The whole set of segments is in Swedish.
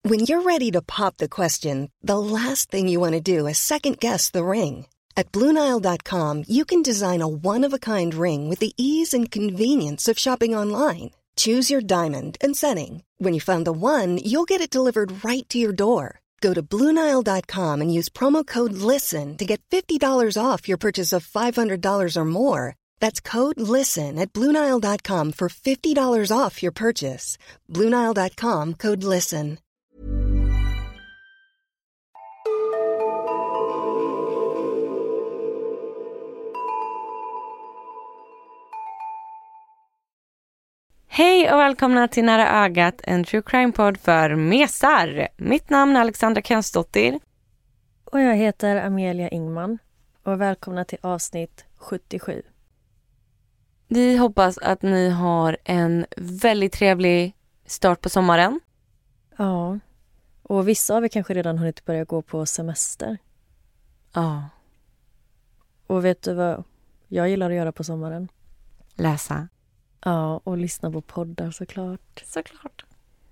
When you're ready to pop the question, the last thing you want to do is second-guess the ring. At BlueNile.com, you can design a one-of-a-kind ring with the ease and convenience of shopping online. Choose your diamond and setting. When you find the one, you'll get it delivered right to your door. Go to BlueNile.com and use promo code LISTEN to get $50 off your purchase of $500 or more. That's code LISTEN at BlueNile.com for $50 off your purchase. BlueNile.com, code LISTEN. Hej och välkomna till Nära ögat, en true crime-podd för mesar. Mitt namn är Alexandra Kensdottir. Och jag heter Amelia Ingman. Och välkomna till avsnitt 77. Vi hoppas att ni har en väldigt trevlig start på sommaren. Ja, och vissa av er kanske redan hunnit börja gå på semester. Ja. Och vet du vad jag gillar att göra på sommaren? Läsa. Ja, och lyssna på poddar såklart. Såklart.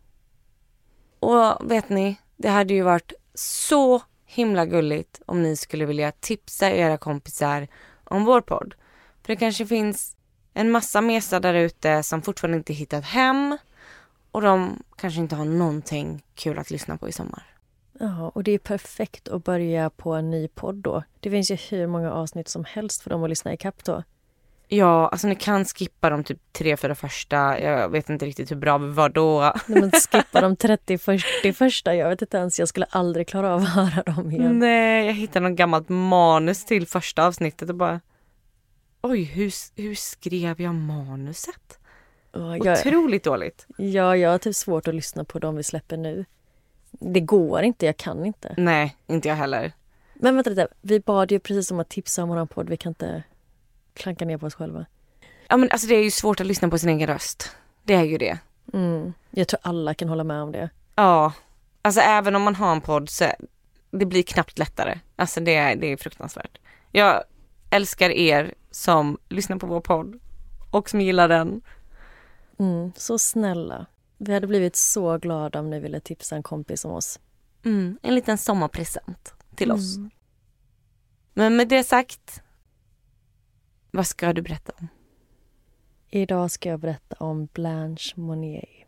Och vet ni, det hade ju varit så himla gulligt om ni skulle vilja tipsa era kompisar om vår podd. För det kanske finns en massa mesar där ute som fortfarande inte hittat hem. Och de kanske inte har någonting kul att lyssna på i sommar. Ja, och det är perfekt att börja på en ny podd då. Det finns ju hur många avsnitt som helst för dem att lyssna i kapp då. Ja, alltså ni kan skippa de typ 3-4 första. Jag vet inte riktigt hur bra vi var då. Nej, men skippa de 30-40 första. Jag vet inte ens, jag skulle aldrig klara av att höra dem igen. Nej, jag hittade något gammalt manus till första avsnittet och bara... Oj, hur skrev jag manuset? Otroligt dåligt. Ja, jag har typ svårt att lyssna på dem vi släpper nu. Det går inte, jag kan inte. Nej, inte jag heller. Men vänta lite, vi bad ju precis om att tipsa om våran podd. Vi kan inte klanka ner på oss själva. Ja, men alltså det är ju svårt att lyssna på sin egen röst. Det är ju det. Jag tror alla kan hålla med om det. Ja, alltså även om man har en podd så det blir knappt lättare. Alltså det är fruktansvärt. Jag älskar er som lyssnar på vår podd och som gillar den. Så snälla. Vi hade blivit så glada om ni ville tipsa en kompis om oss. En liten sommarpresent till oss. Men med det sagt, vad ska du berätta om? Idag ska jag berätta om Blanche Monnier.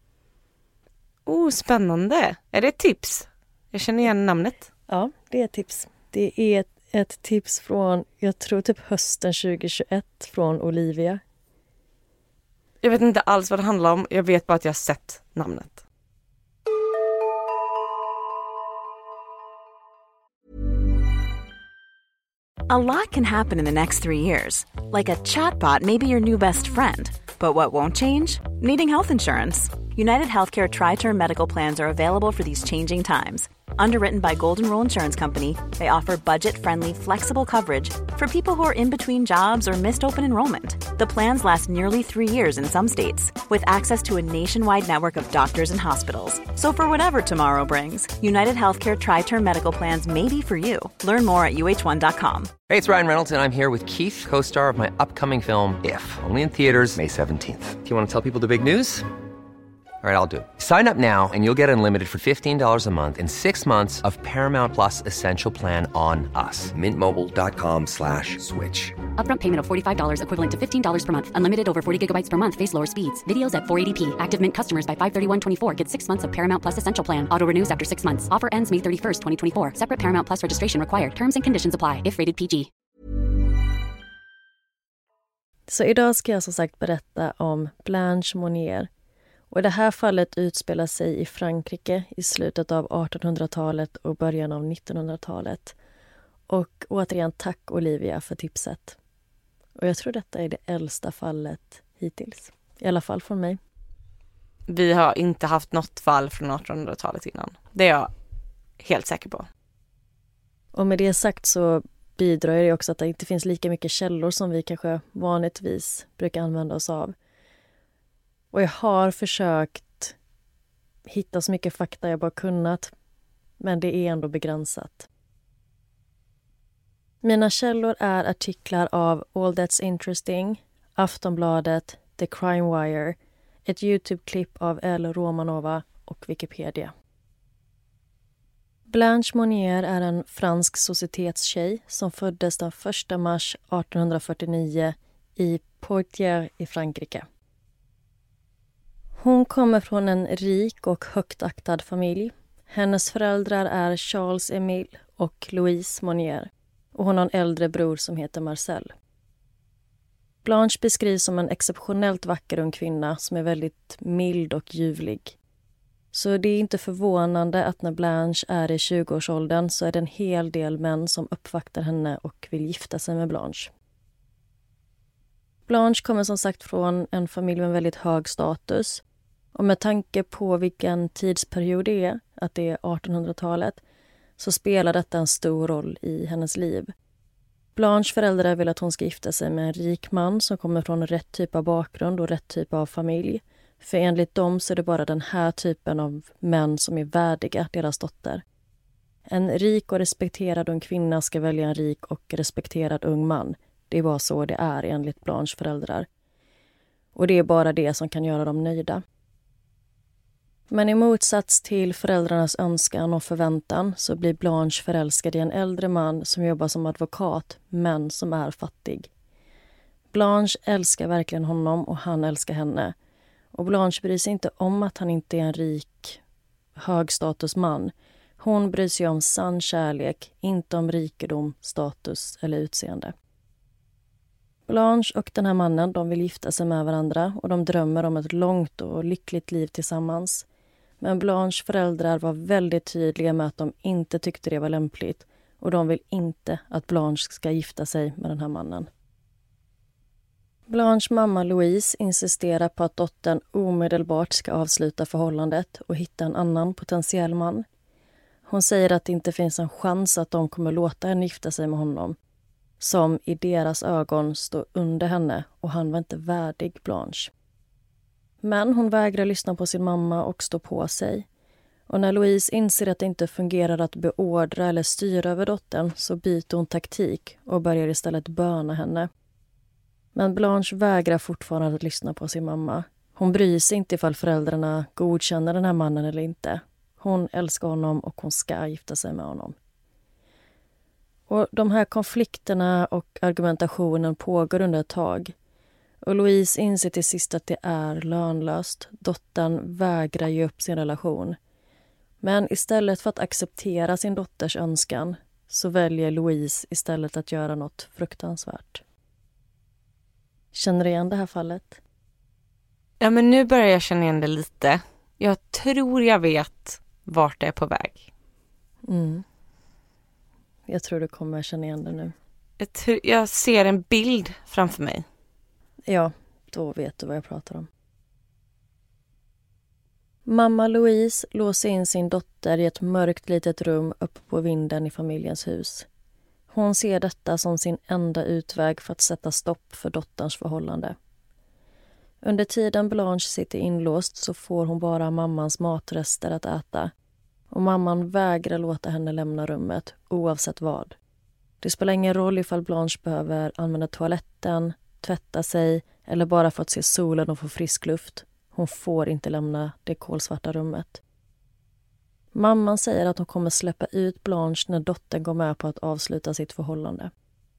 Spännande. Är det ett tips? Jag känner igen namnet. Ja, det är ett tips. Det är ett tips från, jag tror typ hösten 2021 från Olivia. Jag vet inte alls vad det handlar om. Jag vet bara att jag har sett namnet. A lot can happen in the next 3 years. Like a chatbot may be your new best friend. But what won't change? Needing health insurance. United Healthcare Tri-Term Medical Plans are available for these changing times. Underwritten by Golden Rule Insurance Company, they offer budget-friendly, flexible coverage for people who are in between jobs or missed open enrollment. The plans last nearly 3 years in some states, with access to a nationwide network of doctors and hospitals. So for whatever tomorrow brings, United Healthcare Tri-Term Medical Plans may be for you. Learn more at uh1.com. Hey, it's Ryan Reynolds, and I'm here with Keith, co-star of my upcoming film, If, only in theaters May 17th. Do you want to tell people the big news? All right, I'll do it. Sign up now and you'll get unlimited for $15 a month and 6 months of Paramount Plus Essential Plan on us. Mintmobile.com/switch. Upfront payment of $45 equivalent to $15 per month. Unlimited over 40 gigabytes per month. Face lower speeds. Videos at 480p. Active Mint customers by 531.24 get 6 months of Paramount Plus Essential Plan. Auto renews after 6 months. Offer ends May 31st, 2024. Separate Paramount Plus registration required. Terms and conditions apply if rated PG. Så idag ska jag som sagt berätta om Blanche Monnier. Och i det här fallet utspelar sig i Frankrike i slutet av 1800-talet och början av 1900-talet. Och återigen tack Olivia för tipset. Och jag tror detta är det äldsta fallet hittills. I alla fall från mig. Vi har inte haft något fall från 1800-talet innan. Det är jag helt säker på. Och med det sagt så bidrar det också att det inte finns lika mycket källor som vi kanske vanligtvis brukar använda oss av. Och jag har försökt hitta så mycket fakta jag bara kunnat, men det är ändå begränsat. Mina källor är artiklar av All That's Interesting, Aftonbladet, The Crime Wire, ett YouTube-klipp av Elle Romanova och Wikipedia. Blanche Monnier är en fransk societetstjej som föddes den 1 mars 1849 i Poitiers i Frankrike. Hon kommer från en rik och högt aktad familj. Hennes föräldrar är Charles Emile och Louise Monnier och hon har en äldre bror som heter Marcel. Blanche beskrivs som en exceptionellt vacker ung kvinna som är väldigt mild och ljuvlig. Så det är inte förvånande att när Blanche är i 20-årsåldern så är det en hel del män som uppvaktar henne och vill gifta sig med Blanche. Blanche kommer som sagt från en familj med väldigt hög status. Och med tanke på vilken tidsperiod det är, att det är 1800-talet, så spelar detta en stor roll i hennes liv. Blanches föräldrar vill att hon ska gifta sig med en rik man som kommer från rätt typ av bakgrund och rätt typ av familj. För enligt dem så är det bara den här typen av män som är värdiga deras dotter. En rik och respekterad ung kvinna ska välja en rik och respekterad ung man. Det är bara så det är enligt Blanches föräldrar. Och det är bara det som kan göra dem nöjda. Men i motsats till föräldrarnas önskan och förväntan så blir Blanche förälskad i en äldre man som jobbar som advokat men som är fattig. Blanche älskar verkligen honom och han älskar henne. Och Blanche bryr sig inte om att han inte är en rik, högstatusman. Hon bryr sig om sann kärlek, inte om rikedom, status eller utseende. Blanche och den här mannen, de vill gifta sig med varandra och de drömmer om ett långt och lyckligt liv tillsammans. Men Blanches föräldrar var väldigt tydliga med att de inte tyckte det var lämpligt och de vill inte att Blanche ska gifta sig med den här mannen. Blanches mamma Louise insisterar på att dottern omedelbart ska avsluta förhållandet och hitta en annan potentiell man. Hon säger att det inte finns en chans att de kommer låta henne gifta sig med honom, som i deras ögon står under henne och han var inte värdig Blanche. Men hon vägrar lyssna på sin mamma och stå på sig. Och när Louise inser att det inte fungerar att beordra eller styra över dottern så byter hon taktik och börjar istället böna henne. Men Blanche vägrar fortfarande att lyssna på sin mamma. Hon bryr sig inte ifall föräldrarna godkänner den här mannen eller inte. Hon älskar honom och hon ska gifta sig med honom. Och de här konflikterna och argumentationen pågår under ett tag. Och Louise inser till sist att det är lönlöst. Dottern vägrar ge upp sin relation. Men istället för att acceptera sin dotters önskan så väljer Louise istället att göra något fruktansvärt. Känner du igen det här fallet? Ja, men nu börjar jag känna igen det lite. Jag tror jag vet vart det är på väg. Jag tror du kommer känna igen det nu. Jag ser en bild framför mig. Ja, då vet du vad jag pratar om. Mamma Louise låser in sin dotter i ett mörkt litet rum uppe på vinden i familjens hus. Hon ser detta som sin enda utväg för att sätta stopp för dotterns förhållande. Under tiden Blanche sitter inlåst så får hon bara mammans matrester att äta. Och mamman vägrar låta henne lämna rummet oavsett vad. Det spelar ingen roll ifall Blanche behöver använda toaletten, tvätta sig eller bara för att se solen och få frisk luft. Hon får inte lämna det kolsvarta rummet. Mamman säger att hon kommer släppa ut Blanche när dottern går med på att avsluta sitt förhållande.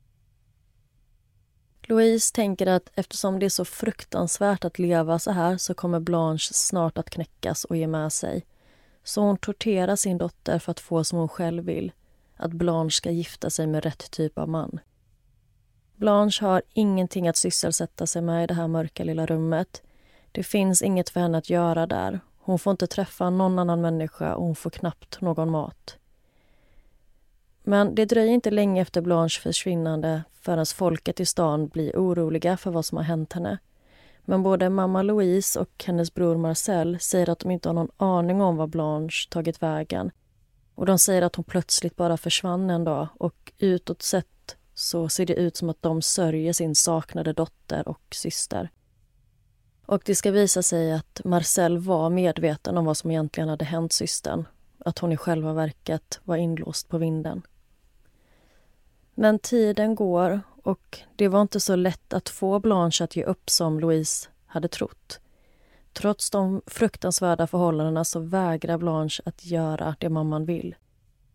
Louise tänker att eftersom det är så fruktansvärt att leva så här så kommer Blanche snart att knäckas och ge med sig. Så hon torterar sin dotter för att få som hon själv vill. Att Blanche ska gifta sig med rätt typ av man. Blanche har ingenting att sysselsätta sig med i det här mörka lilla rummet. Det finns inget för henne att göra där. Hon får inte träffa någon annan människa och hon får knappt någon mat. Men det dröjer inte länge efter Blanches försvinnande förrän folket i stan blir oroliga för vad som har hänt henne. Men både mamma Louise och hennes bror Marcel säger att de inte har någon aning om vad Blanche tagit vägen. Och de säger att hon plötsligt bara försvann en dag och utåt sett så ser det ut som att de sörjer sin saknade dotter och syster. Och det ska visa sig att Marcel var medveten om vad som egentligen hade hänt systern. Att hon i själva verket var inlåst på vinden. Men tiden går och det var inte så lätt att få Blanche att ge upp som Louise hade trott. Trots de fruktansvärda förhållandena så vägrar Blanche att göra det mamman vill.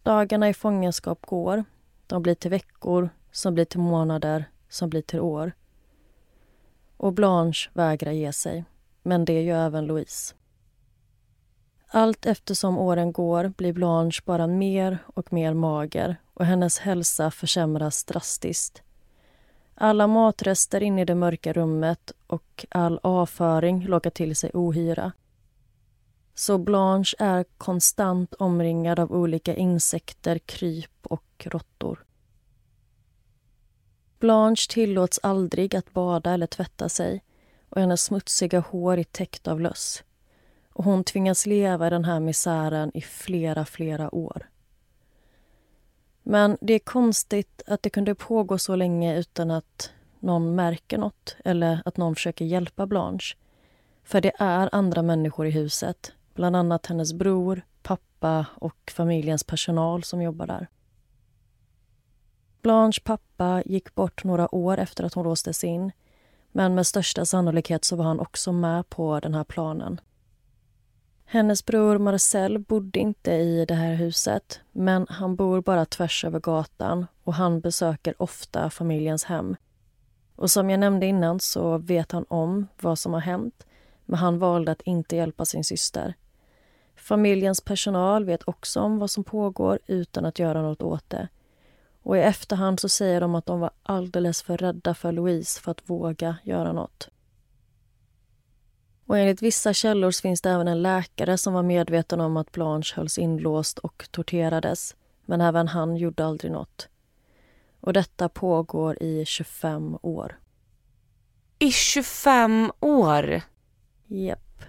Dagarna i fångenskap går. De blir till veckor, som blir till månader, som blir till år. Och Blanche vägrar ge sig, men det gör även Louise. Allt eftersom åren går blir Blanche bara mer och mer mager och hennes hälsa försämras drastiskt. Alla matrester inne i det mörka rummet och all avföring lockar till sig ohyra. Så Blanche är konstant omringad av olika insekter, kryp och råttor. Blanche tillåts aldrig att bada eller tvätta sig och hennes smutsiga hår är täckt av löss. Och hon tvingas leva i den här misären i flera år. Men det är konstigt att det kunde pågå så länge utan att någon märker något eller att någon försöker hjälpa Blanche. För det är andra människor i huset, bland annat hennes bror, pappa och familjens personal som jobbar där. Blanche pappa gick bort några år efter att hon låstes in, men med största sannolikhet så var han också med på den här planen. Hennes bror Marcel bodde inte i det här huset, men han bor bara tvärs över gatan och han besöker ofta familjens hem. Och som jag nämnde innan så vet han om vad som har hänt, men han valde att inte hjälpa sin syster. Familjens personal vet också om vad som pågår utan att göra något åt det. Och i efterhand så säger de att de var alldeles för rädda för Louise för att våga göra något. Och enligt vissa källor finns det även en läkare som var medveten om att Blanche hölls inlåst och torterades. Men även han gjorde aldrig något. Och detta pågår i 25 år. I 25 år? Japp.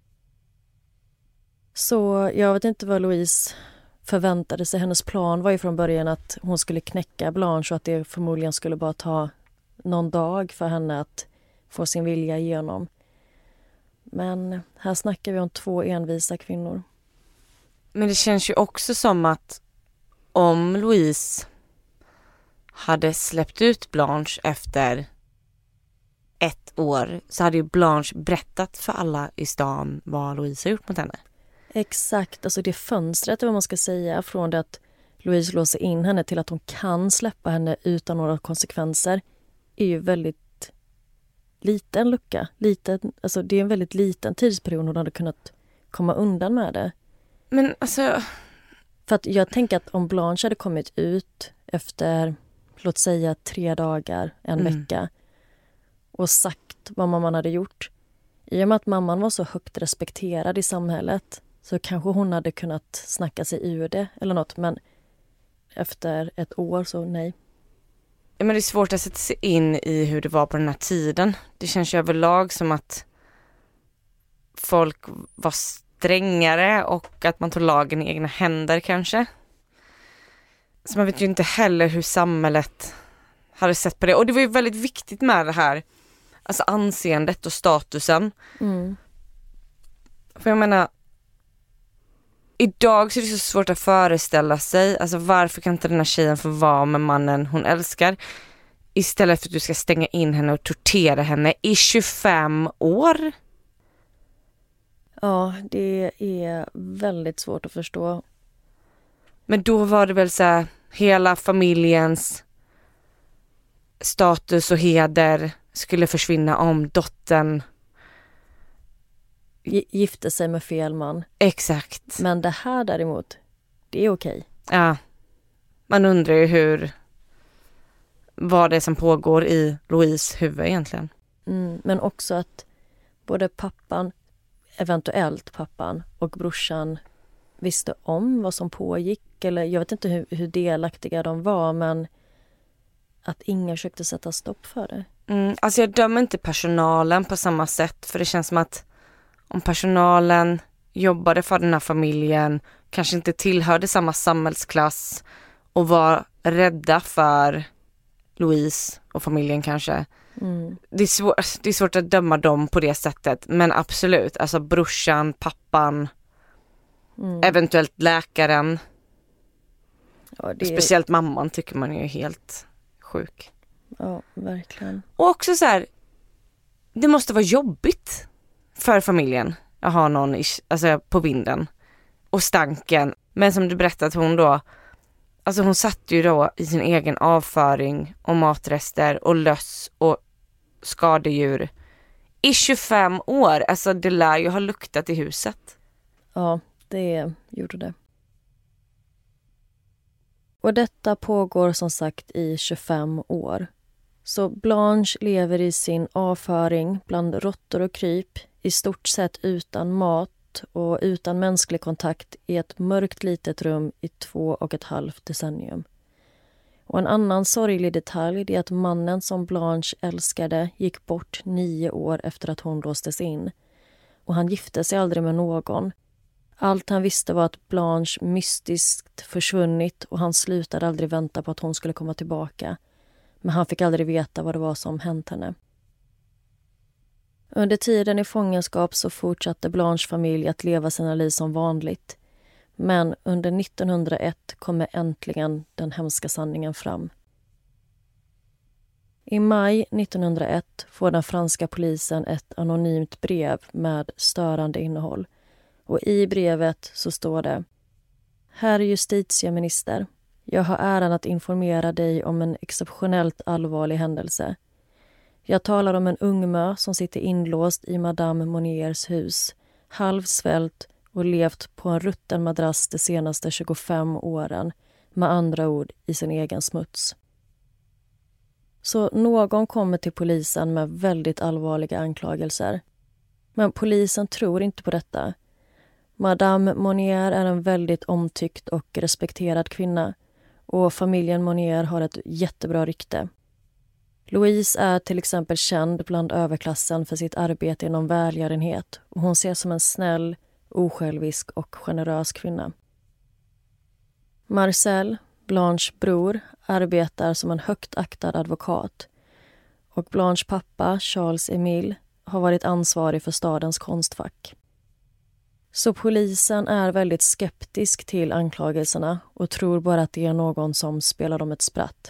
Så jag vet inte vad Louise förväntade sig. Hennes plan var ju från början att hon skulle knäcka Blanche och att det förmodligen skulle bara ta någon dag för henne att få sin vilja igenom. Men här snackar vi om 2 envisa kvinnor. Men det känns ju också som att om Louise hade släppt ut Blanche efter 1 år så hade ju Blanche berättat för alla i stan vad Louise har gjort mot henne. Exakt, alltså det fönstret vad man ska säga från det att Louise låser in henne till att hon kan släppa henne utan några konsekvenser är ju väldigt liten lucka. Alltså det är en väldigt liten tidsperiod hon hade kunnat komma undan med det. Men alltså... För att jag tänker att om Blanche hade kommit ut efter, låt säga 3 dagar, en vecka och sagt vad mamman hade gjort. I och med att mamman var så högt respekterad i samhället så kanske hon hade kunnat snacka sig ur det eller något. Men efter 1 år så nej. Men det är svårt att sätta sig in i hur det var på den här tiden. Det känns ju överlag som att folk var strängare och att man tog lagen i egna händer kanske. Så man vet ju inte heller hur samhället hade sett på det. Och det var ju väldigt viktigt med det här. Alltså anseendet och statusen. För jag menar, idag så är det så svårt att föreställa sig. Alltså varför kan inte den här tjejen få vara med mannen hon älskar? Istället för att du ska stänga in henne och tortera henne i 25 år. Ja, det är väldigt svårt att förstå. Men då var det väl så här, hela familjens status och heder skulle försvinna om dottern gifte sig med fel man. Exakt. Men det här däremot, det är okej. Ja. Man undrar ju vad det är som pågår i Louise huvud egentligen. Men också att både pappan, eventuellt pappan och brorsan visste om vad som pågick. Eller jag vet inte hur delaktiga de var, men att ingen försökte sätta stopp för det. Alltså jag dömer inte personalen på samma sätt, för det känns som att om personalen jobbade för den här familjen, kanske inte tillhörde samma samhällsklass och var rädda för Louise och familjen kanske. Det är svårt att döma dem på det sättet, men absolut, alltså brorsan, pappan, eventuellt läkaren. Ja, speciellt mamman tycker man är helt sjuk. Ja, verkligen. Och också så här, det måste vara jobbigt för familjen att ha någon på vinden och stanken. Men som du berättade, hon då Alltså hon satt ju då i sin egen avföring och matrester och löss och skadedjur i 25 år. Alltså det lär ju ha luktat i huset. Ja, det gjorde det. Och detta pågår som sagt i 25 år. Så Blanche lever i sin avföring bland råttor och kryp, i stort sett utan mat och utan mänsklig kontakt i ett mörkt litet rum i 2,5 decennium. Och en annan sorglig detalj är att mannen som Blanche älskade gick bort 9 år efter att hon låstes in. Och han gifte sig aldrig med någon. Allt han visste var att Blanche mystiskt försvunnit och han slutade aldrig vänta på att hon skulle komma tillbaka. Men han fick aldrig veta vad det var som hänt henne. Under tiden i fångenskap så fortsatte Blanches familj att leva sina liv som vanligt. Men under 1901 kommer äntligen den hemska sanningen fram. I maj 1901 får den franska polisen ett anonymt brev med störande innehåll. Och i brevet så står det: Herr justitieminister, jag har äran att informera dig om en exceptionellt allvarlig händelse. Jag talar om en ung mö som sitter inlåst i Madame Moniers hus, halvsvält och levt på en rutten madrass de senaste 25 åren, med andra ord i sin egen smuts. Så någon kommer till polisen med väldigt allvarliga anklagelser. Men polisen tror inte på detta. Madame Monier är en väldigt omtyckt och respekterad kvinna och familjen Monier har ett jättebra rykte. Louise är till exempel känd bland överklassen för sitt arbete inom välgörenhet och hon ses som en snäll, osjälvisk och generös kvinna. Marcel, Blanches bror, arbetar som en högt aktad advokat och Blanches pappa, Charles Emile, har varit ansvarig för stadens konstfack. Så polisen är väldigt skeptisk till anklagelserna och tror bara att det är någon som spelar dem ett spratt.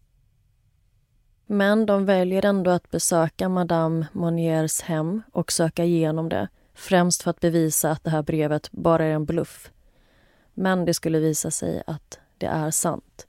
Men de väljer ändå att besöka Madame Moniers hem och söka igenom det, främst för att bevisa att det här brevet bara är en bluff. Men det skulle visa sig att det är sant.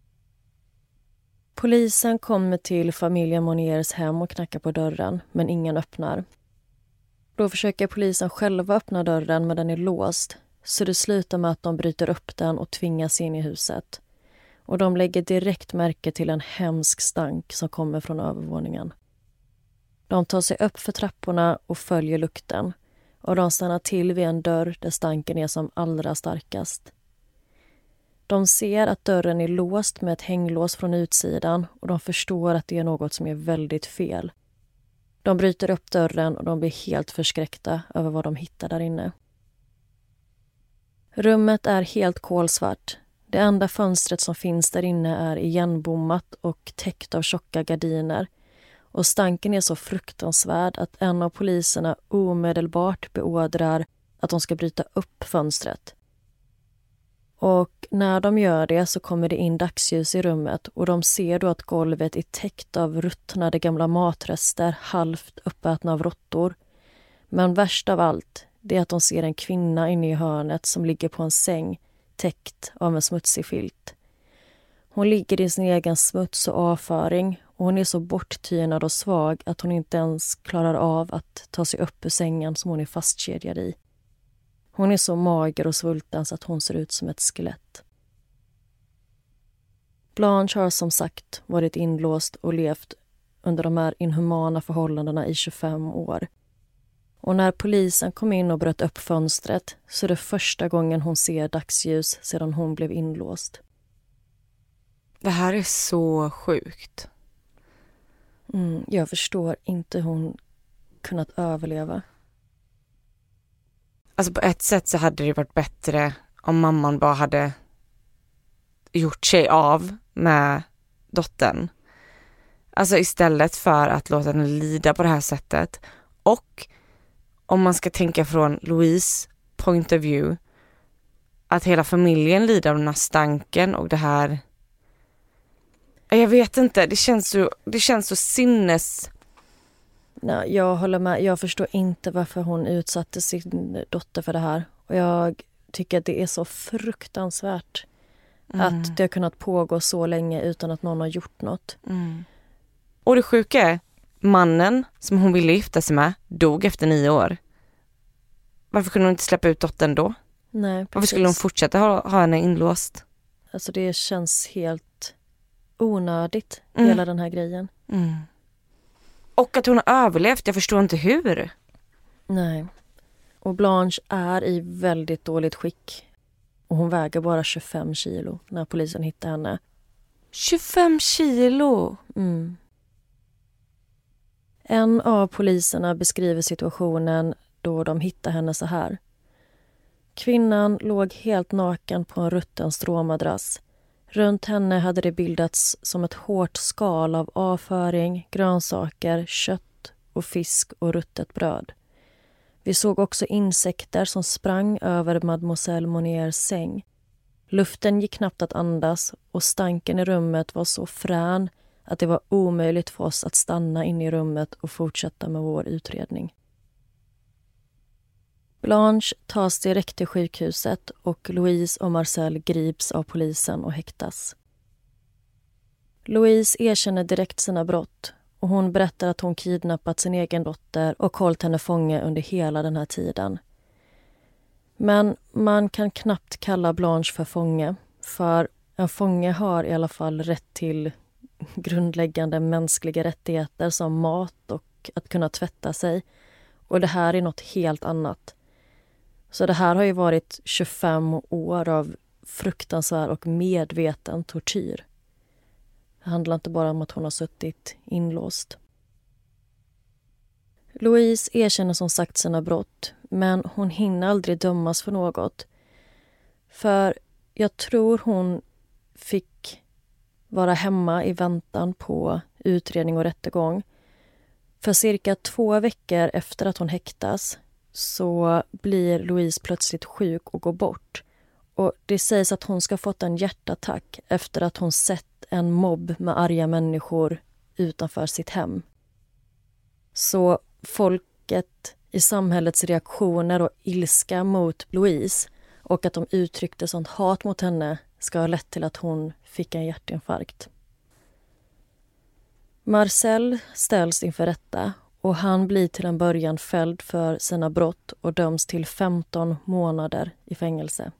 Polisen kommer till familjen Moniers hem och knackar på dörren, men ingen öppnar. Då försöker polisen själva öppna dörren, men den är låst, så det slutar med att de bryter upp den och tvingas in i huset. Och de lägger direkt märke till en hemsk stank som kommer från övervåningen. De tar sig upp för trapporna och följer lukten. Och de stannar till vid en dörr där stanken är som allra starkast. De ser att dörren är låst med ett hänglås från utsidan och de förstår att det är något som är väldigt fel. De bryter upp dörren och de blir helt förskräckta över vad de hittar där inne. Rummet är helt kolsvart. Det enda fönstret som finns där inne är igenbommat och täckt av tjocka gardiner. Och stanken är så fruktansvärd att en av poliserna omedelbart beordrar att de ska bryta upp fönstret. Och när de gör det så kommer det in dagsljus i rummet och de ser då att golvet är täckt av ruttnade gamla matrester, halvt uppätna av råttor. Men värst av allt, det är att de ser en kvinna inne i hörnet som ligger på en säng, täckt av en smutsig filt. Hon ligger i sin egen smuts och avföring och hon är så borttynad och svag att hon inte ens klarar av att ta sig upp ur sängen som hon är fastkedjad i. Hon är så mager och svulten så att hon ser ut som ett skelett. Blanche har som sagt varit inlåst och levt under de här inhumana förhållandena i 25 år. Och när polisen kom in och bröt upp fönstret så är det första gången hon ser dagsljus sedan hon blev inlåst. Det här är så sjukt. Jag förstår inte hur hon kunnat överleva. Alltså på ett sätt så hade det varit bättre om mamman bara hade gjort sig av med dottern. Alltså istället för att låta henne lida på det här sättet. Och om man ska tänka från Louise point of view, att hela familjen lider av den här stanken och det här. Jag vet inte, det känns så sinnes. Nej, jag håller med. Jag förstår inte varför hon utsatte sin dotter för det här. Och jag tycker att det är så fruktansvärt Att det har kunnat pågå så länge utan att någon har gjort något. Och det sjuka är, mannen som hon ville gifta sig med dog efter 9 år. Varför kunde hon inte släppa ut dottern då? Nej, precis. Varför skulle hon fortsätta ha henne inlåst? Alltså det känns helt onödigt, hela den här grejen. Och att hon har överlevt, jag förstår inte hur. Nej. Och Blanche är i väldigt dåligt skick. Och hon väger bara 25 kilo när polisen hittar henne. 25 kilo? En av poliserna beskriver situationen då de hittar henne så här. Kvinnan låg helt naken på en rutten stråmadrass. Runt henne hade det bildats som ett hårt skal av avföring, grönsaker, kött och fisk och ruttet bröd. Vi såg också insekter som sprang över Mademoiselle Monniers säng. Luften gick knappt att andas och stanken i rummet var så frän att det var omöjligt för oss att stanna inne i rummet och fortsätta med vår utredning. Blanche tas direkt till sjukhuset och Louise och Marcel grips av polisen och häktas. Louise erkänner direkt sina brott och hon berättar att hon kidnappat sin egen dotter och hållit henne fånge under hela den här tiden. Men man kan knappt kalla Blanche för fånge, för en fånge har i alla fall rätt till grundläggande mänskliga rättigheter som mat och att kunna tvätta sig. Och det här är något helt annat. Så det här har ju varit 25 år av fruktansvärd och medveten tortyr. Det handlar inte bara om att hon har suttit inlåst. Louise erkänner som sagt sina brott, men hon hinner aldrig dömas för något. För jag tror hon fick vara hemma i väntan på utredning och rättegång. För cirka 2 veckor efter att hon häktas så blir Louise plötsligt sjuk och går bort. Och det sägs att hon ska ha fått en hjärtattack efter att hon sett en mobb med arga människor utanför sitt hem. Så folket i samhällets reaktioner och ilska mot Louise och att de uttryckte sånt hat mot henne ska ha lett till att hon fick en hjärtinfarkt. Marcel ställs inför rätta och han blir till en början fälld för sina brott och döms till 15 månader i fängelse.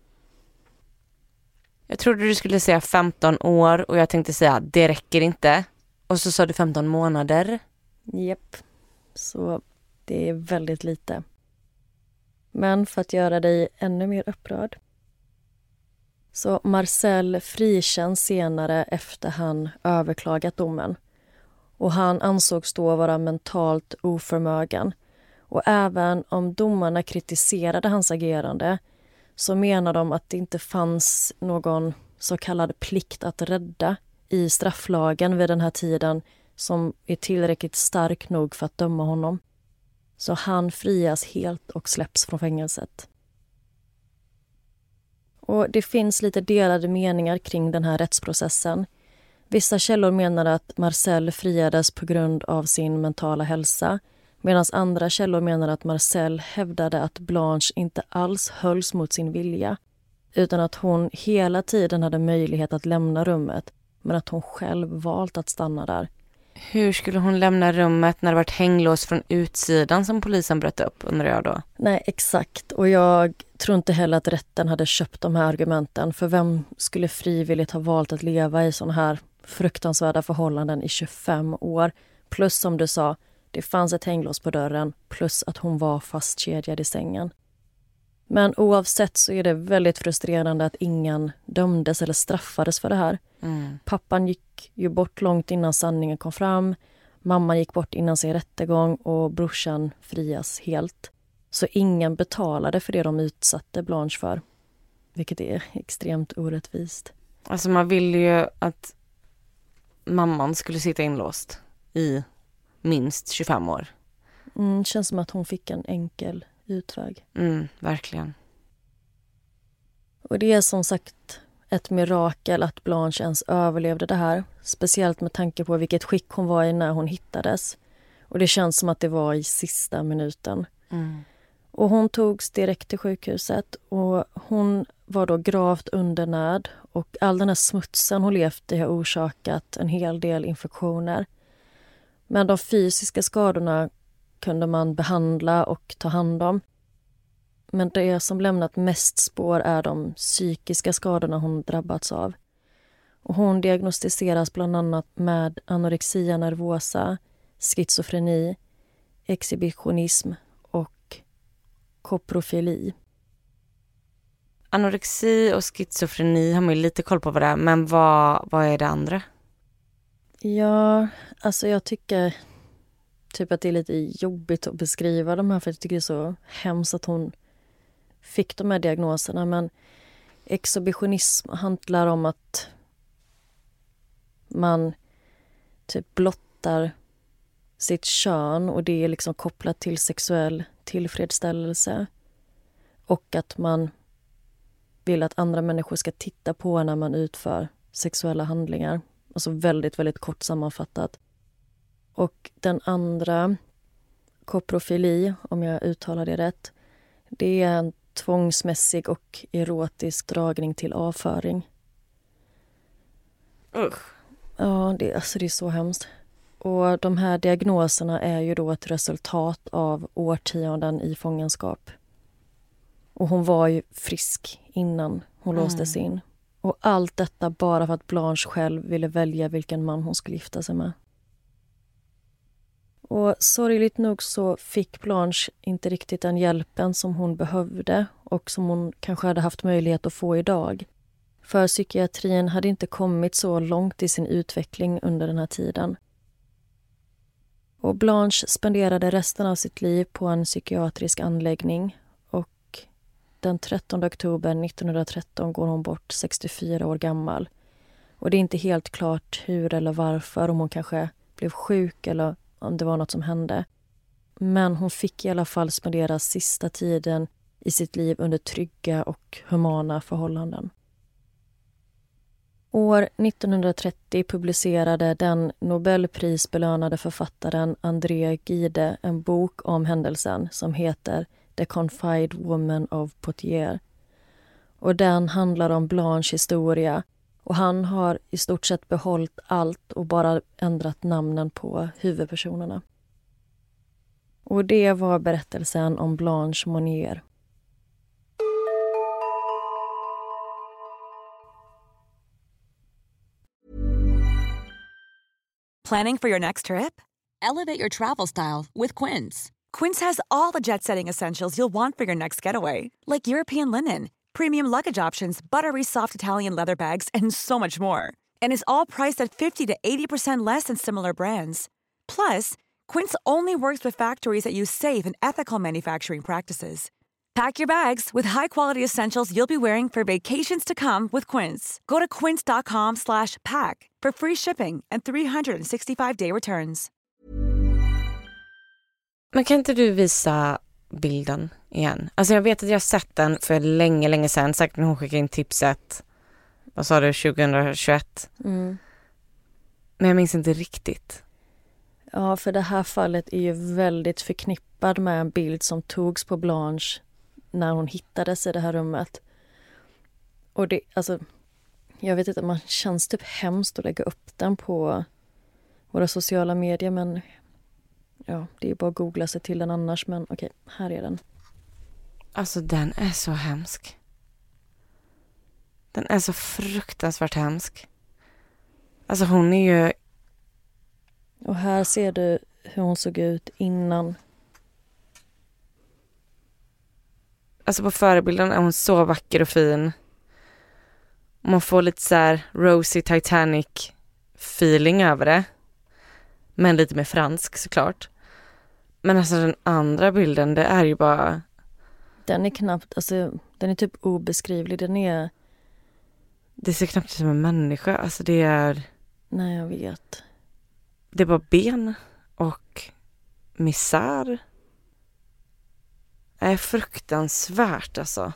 Jag trodde du skulle säga 15 år och jag tänkte säga det räcker inte. Och så sa du 15 månader. Japp, så det är väldigt lite. Men för att göra dig ännu mer upprörd. Så Marcel frikänns senare efter han överklagat domen. Och han ansågs då vara mentalt oförmögen. Och även om domarna kritiserade hans agerande så menar de att det inte fanns någon så kallad plikt att rädda i strafflagen vid den här tiden som är tillräckligt stark nog för att döma honom. Så han frias helt och släpps från fängelset. Och det finns lite delade meningar kring den här rättsprocessen. Vissa källor menar att Marcel friades på grund av sin mentala hälsa, medan andra källor menar att Marcel hävdade att Blanche inte alls hölls mot sin vilja, utan att hon hela tiden hade möjlighet att lämna rummet, men att hon själv valt att stanna där. Hur skulle hon lämna rummet när det varit hänglås från utsidan som polisen bröt upp, undrar jag då? Nej, exakt. Och jag tror inte heller att rätten hade köpt de här argumenten. För vem skulle frivilligt ha valt att leva i såna här fruktansvärda förhållanden i 25 år? Plus som du sa, det fanns ett hänglås på dörren. Plus att hon var fastkedjad i sängen. Men oavsett så är det väldigt frustrerande att ingen dömdes eller straffades för det här. Pappan gick ju bort långt innan sanningen kom fram. Mamman gick bort innan sin rättegång och brorsan frias helt. Så ingen betalade för det de utsatte Blanche för. Vilket är extremt orättvist. Alltså man ville ju att mamman skulle sitta inlåst i minst 25 år. Känns som att hon fick en enkel utväg. Verkligen. Och det är som sagt ett mirakel att Blanche ens överlevde det här. Speciellt med tanke på vilket skick hon var i när hon hittades. Och det känns som att det var i sista minuten. Och hon togs direkt till sjukhuset och hon var då gravt undernärd och all den här smutsen hon levt i har orsakat en hel del infektioner. Men de fysiska skadorna kunde man behandla och ta hand om. Men det som lämnat mest spår är de psykiska skadorna hon drabbats av. Och hon diagnostiseras bland annat med anorexia nervosa, schizofreni, exhibitionism och koprofili. Anorexi och schizofreni har man ju lite koll på vad det är, men vad är det andra? Ja, alltså jag tycker typ att det är lite jobbigt att beskriva de här, för jag tycker det är så hemskt att hon fick de här diagnoserna. Men exhibitionism handlar om att man typ blottar sitt kön och det är liksom kopplat till sexuell tillfredsställelse. Och att man vill att andra människor ska titta på när man utför sexuella handlingar. Alltså väldigt, väldigt kort sammanfattat. Och den andra, koprofili, om jag uttalar det rätt, det är en tvångsmässig och erotisk dragning till avföring. Ja, det är så hemskt. Och de här diagnoserna är ju då ett resultat av årtionden i fångenskap. Och hon var ju frisk innan hon låstes in. Och allt detta bara för att Blanche själv ville välja vilken man hon skulle gifta sig med. Och sorgligt nog så fick Blanche inte riktigt den hjälpen som hon behövde och som hon kanske hade haft möjlighet att få idag. För psykiatrin hade inte kommit så långt i sin utveckling under den här tiden. Och Blanche spenderade resten av sitt liv på en psykiatrisk anläggning och den 13 oktober 1913 går hon bort 64 år gammal. Och det är inte helt klart hur eller varför, om hon kanske blev sjuk eller om det var något som hände. Men hon fick i alla fall spendera sista tiden i sitt liv under trygga och humana förhållanden. År 1930 publicerade den Nobelprisbelönade författaren André Gide en bok om händelsen som heter The Confined Woman of Poitiers. Och den handlar om Blanche historia och han har i stort sett behållit allt och bara ändrat namnen på huvudpersonerna. Och det var berättelsen om Blanche Monnier. Planning for your next trip? Elevate your travel style with Quince. Quince has all the jet-setting essentials you'll want for your next getaway, like European linen, premium luggage options, buttery soft Italian leather bags, and so much more. And is all priced at 50 to 80% less than similar brands. Plus, Quince only works with factories that use safe and ethical manufacturing practices. Pack your bags with high-quality essentials you'll be wearing for vacations to come with Quince. Go to quince.com/pack for free shipping and 365-day returns. Men kan inte du visa bilden igen? Alltså jag vet att jag har sett den för länge sedan. Säkert när hon skickade in tipset. Vad sa du? 2021? Men jag minns inte riktigt. Ja, för det här fallet är ju väldigt förknippad med en bild som togs på Blanche när hon hittades i det här rummet. Och det, alltså, jag vet inte, man känns typ hemskt att lägga upp den på våra sociala medier, men ja, det är bara att googla sig till den annars, men okej, här är den. Alltså den är så hemsk. Den är så fruktansvärt hemsk. Alltså hon är ju... Och här ser du hur hon såg ut innan. Alltså på förebilden är hon så vacker och fin. Man får lite så här Rosie Titanic feeling över det. Men lite mer fransk såklart. Men alltså den andra bilden, det är ju bara... Den är knappt, alltså den är typ obeskrivlig. Den är... Det ser knappt ut som en människa. Alltså det är... Nej, jag vet. Det är bara ben och misär. Det är fruktansvärt alltså.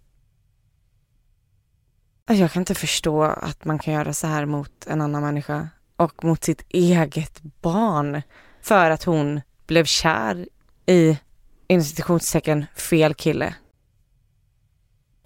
Jag kan inte förstå att man kan göra så här mot en annan människa. Och mot sitt eget barn. För att hon blev kär i institutionstecken fel kille.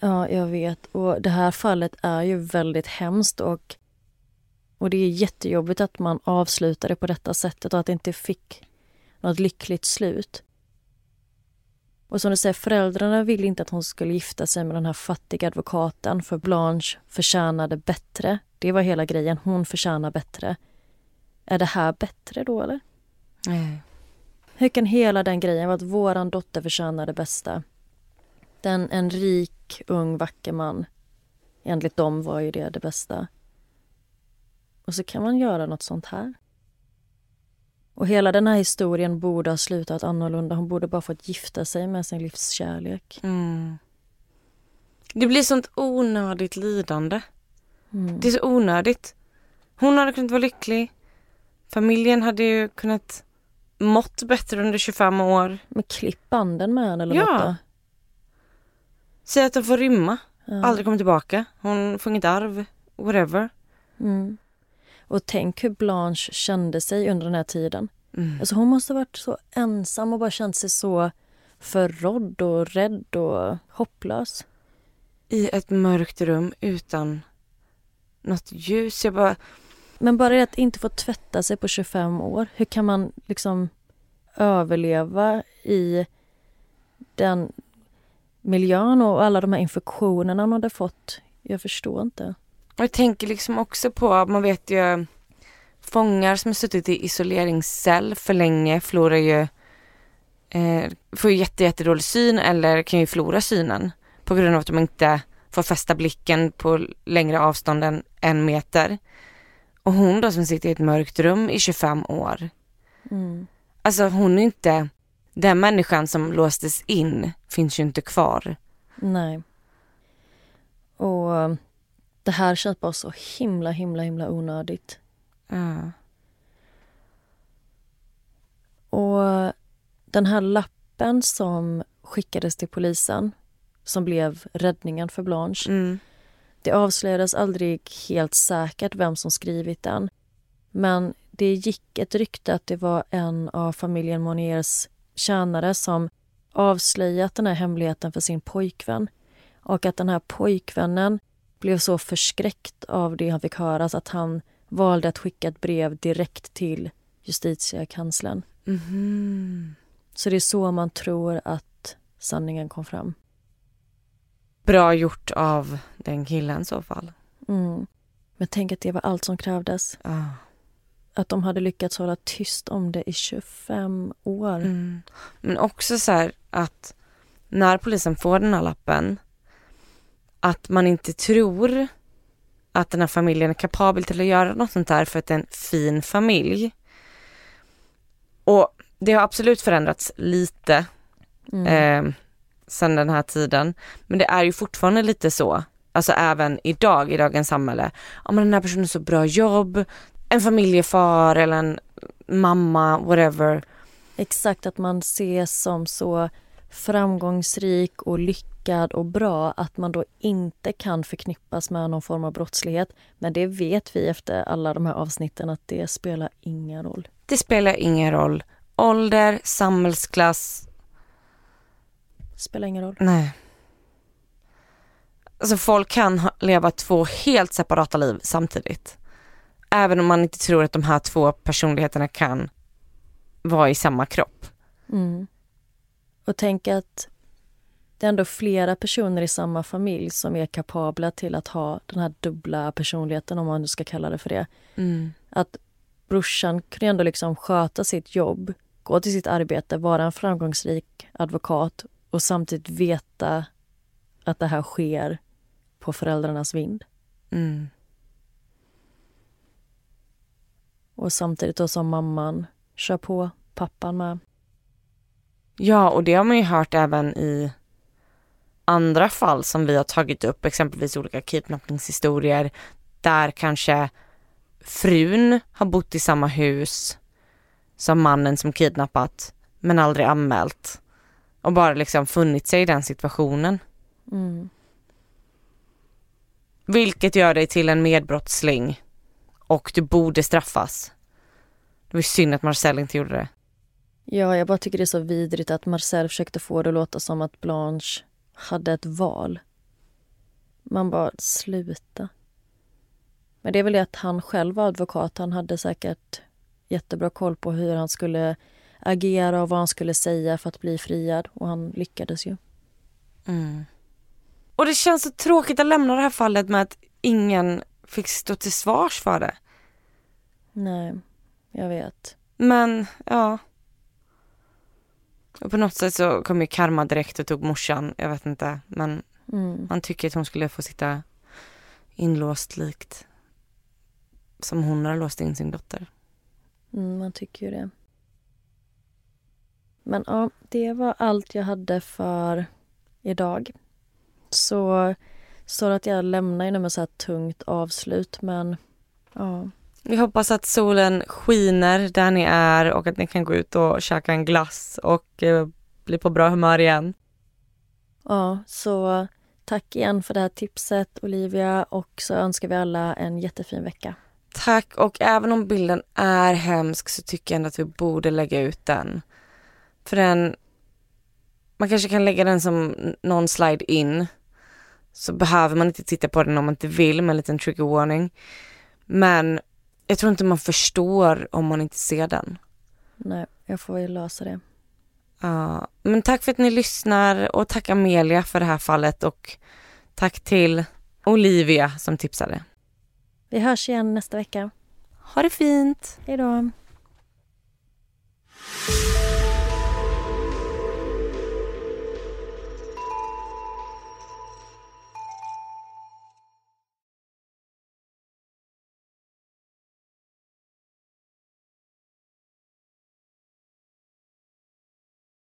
Ja, jag vet. Och det här fallet är ju väldigt hemskt och det är jättejobbigt att man avslutade på detta sättet och att det inte fick något lyckligt slut. Och som du säger, föräldrarna ville inte att hon skulle gifta sig med den här fattiga advokaten, för Blanche förtjänade bättre. Det var hela grejen, hon förtjänar bättre. Är det här bättre då, eller? Nej. Hur kan hela den grejen vara att våran dotter förtjänar det bästa? En rik, ung, vacker man. Enligt dem var ju det bästa. Och så kan man göra något sånt här. Och hela den här historien borde ha slutat annorlunda. Hon borde bara fått gifta sig med sin livskärlek. Mm. Det blir sånt onödigt lidande. Det är så onödigt. Hon hade kunnat vara lycklig. Familjen hade ju kunnat mått bättre under 25 år. Men klipp banden med henne eller något då? Säg att de får rymma. Ja. Aldrig komma tillbaka. Hon får inget arv. Whatever. Mm. Och tänk hur Blanche kände sig under den här tiden. Alltså hon måste ha varit så ensam och bara känt sig så förrådd och rädd och hopplös. I ett mörkt rum utan något ljus. Men bara det att inte få tvätta sig på 25 år. Hur kan man liksom överleva i den miljön och alla de här infektionerna hon hade fått? Jag förstår inte. Jag tänker liksom också på, man vet ju, fångar som har suttit i isoleringscell för länge förlorar ju, får ju jättedålig syn eller kan ju förlora synen på grund av att de inte får fästa blicken på längre avstånd än 1 meter. Och hon då som sitter i ett mörkt rum i 25 år. Alltså hon är inte, den människan som låstes in finns ju inte kvar. Nej. Och det här känns bara så himla onödigt. Ja. Och den här lappen som skickades till polisen, som blev räddningen för Blanche, det avslöjades aldrig helt säkert vem som skrivit den. Men det gick ett rykte att det var en av familjen Moniers tjänare som avslöjat den här hemligheten för sin pojkvän. Och att den här pojkvännen blev så förskräckt av det han fick höra att han valde att skicka ett brev direkt till justitiekanslern. Så det är så man tror att sanningen kom fram. Bra gjort av den killen i så fall. Men tänk att det var allt som krävdes. Att de hade lyckats hålla tyst om det i 25 år. Men också så här att när polisen får den här lappen, att man inte tror att den här familjen är kapabel till att göra något sånt här för att det är en fin familj. Och det har absolut förändrats lite sedan den här tiden. Men det är ju fortfarande lite så. Alltså även idag, i dagens samhälle. Ja, men den här personen har så bra jobb. En familjefar eller en mamma, whatever. Exakt, att man ses som så framgångsrik och lyckad och bra att man då inte kan förknippas med någon form av brottslighet. Men det vet vi efter alla de här avsnitten att det spelar ingen roll. Det spelar ingen roll. Ålder, samhällsklass. Spelar ingen roll. Nej. Alltså folk kan leva 2 helt separata liv samtidigt. Även om man inte tror att de här 2 personligheterna kan vara i samma kropp. Och tänk att det är ändå flera personer i samma familj som är kapabla till att ha den här dubbla personligheten, om man nu ska kalla det för det. Att brorsan kunde ändå liksom sköta sitt jobb, gå till sitt arbete, vara en framgångsrik advokat och samtidigt veta att det här sker på föräldrarnas vind. Och samtidigt då som mamman kör på pappan med. Ja, och det har man ju hört även i andra fall som vi har tagit upp, exempelvis olika kidnappningshistorier där kanske frun har bott i samma hus som mannen som kidnappat men aldrig anmält och bara liksom funnit sig i den situationen. Vilket gör dig till en medbrottsling och du borde straffas. Det var synd att Marcel inte gjorde det. Ja, jag bara tycker det är så vidrigt att Marcel försökte få det att låta som att Blanche hade ett val. Man bara, sluta. Men det är väl det att han själv var advokat. Han hade säkert jättebra koll på hur han skulle agera och vad han skulle säga för att bli friad. Och han lyckades ju. Mm. Och det känns så tråkigt att lämna det här fallet med att ingen fick stå till svars för det. Nej, jag vet. Men, ja. Och på något sätt så kom ju karma direkt och tog morsan. Jag vet inte, men man tycker att hon skulle få sitta inlåst likt som hon har låst in sin dotter. Man tycker ju det. Men ja, det var allt jag hade för idag. Så att jag lämnar ju med så här tungt avslut, men ja. Vi hoppas att solen skiner där ni är och att ni kan gå ut och käka en glass och bli på bra humör igen. Ja, så tack igen för det här tipset, Olivia, och så önskar vi alla en jättefin vecka. Tack, och även om bilden är hemsk så tycker jag ändå att vi borde lägga ut den. För man kanske kan lägga den som någon slide in. Så behöver man inte titta på den om man inte vill, med en liten trigger warning. Men jag tror inte man förstår om man inte ser den. Nej, jag får ju lösa det. Ja, men tack för att ni lyssnar och tack Amelia för det här fallet och tack till Olivia som tipsade. Vi hörs igen nästa vecka. Ha det fint. Hej då.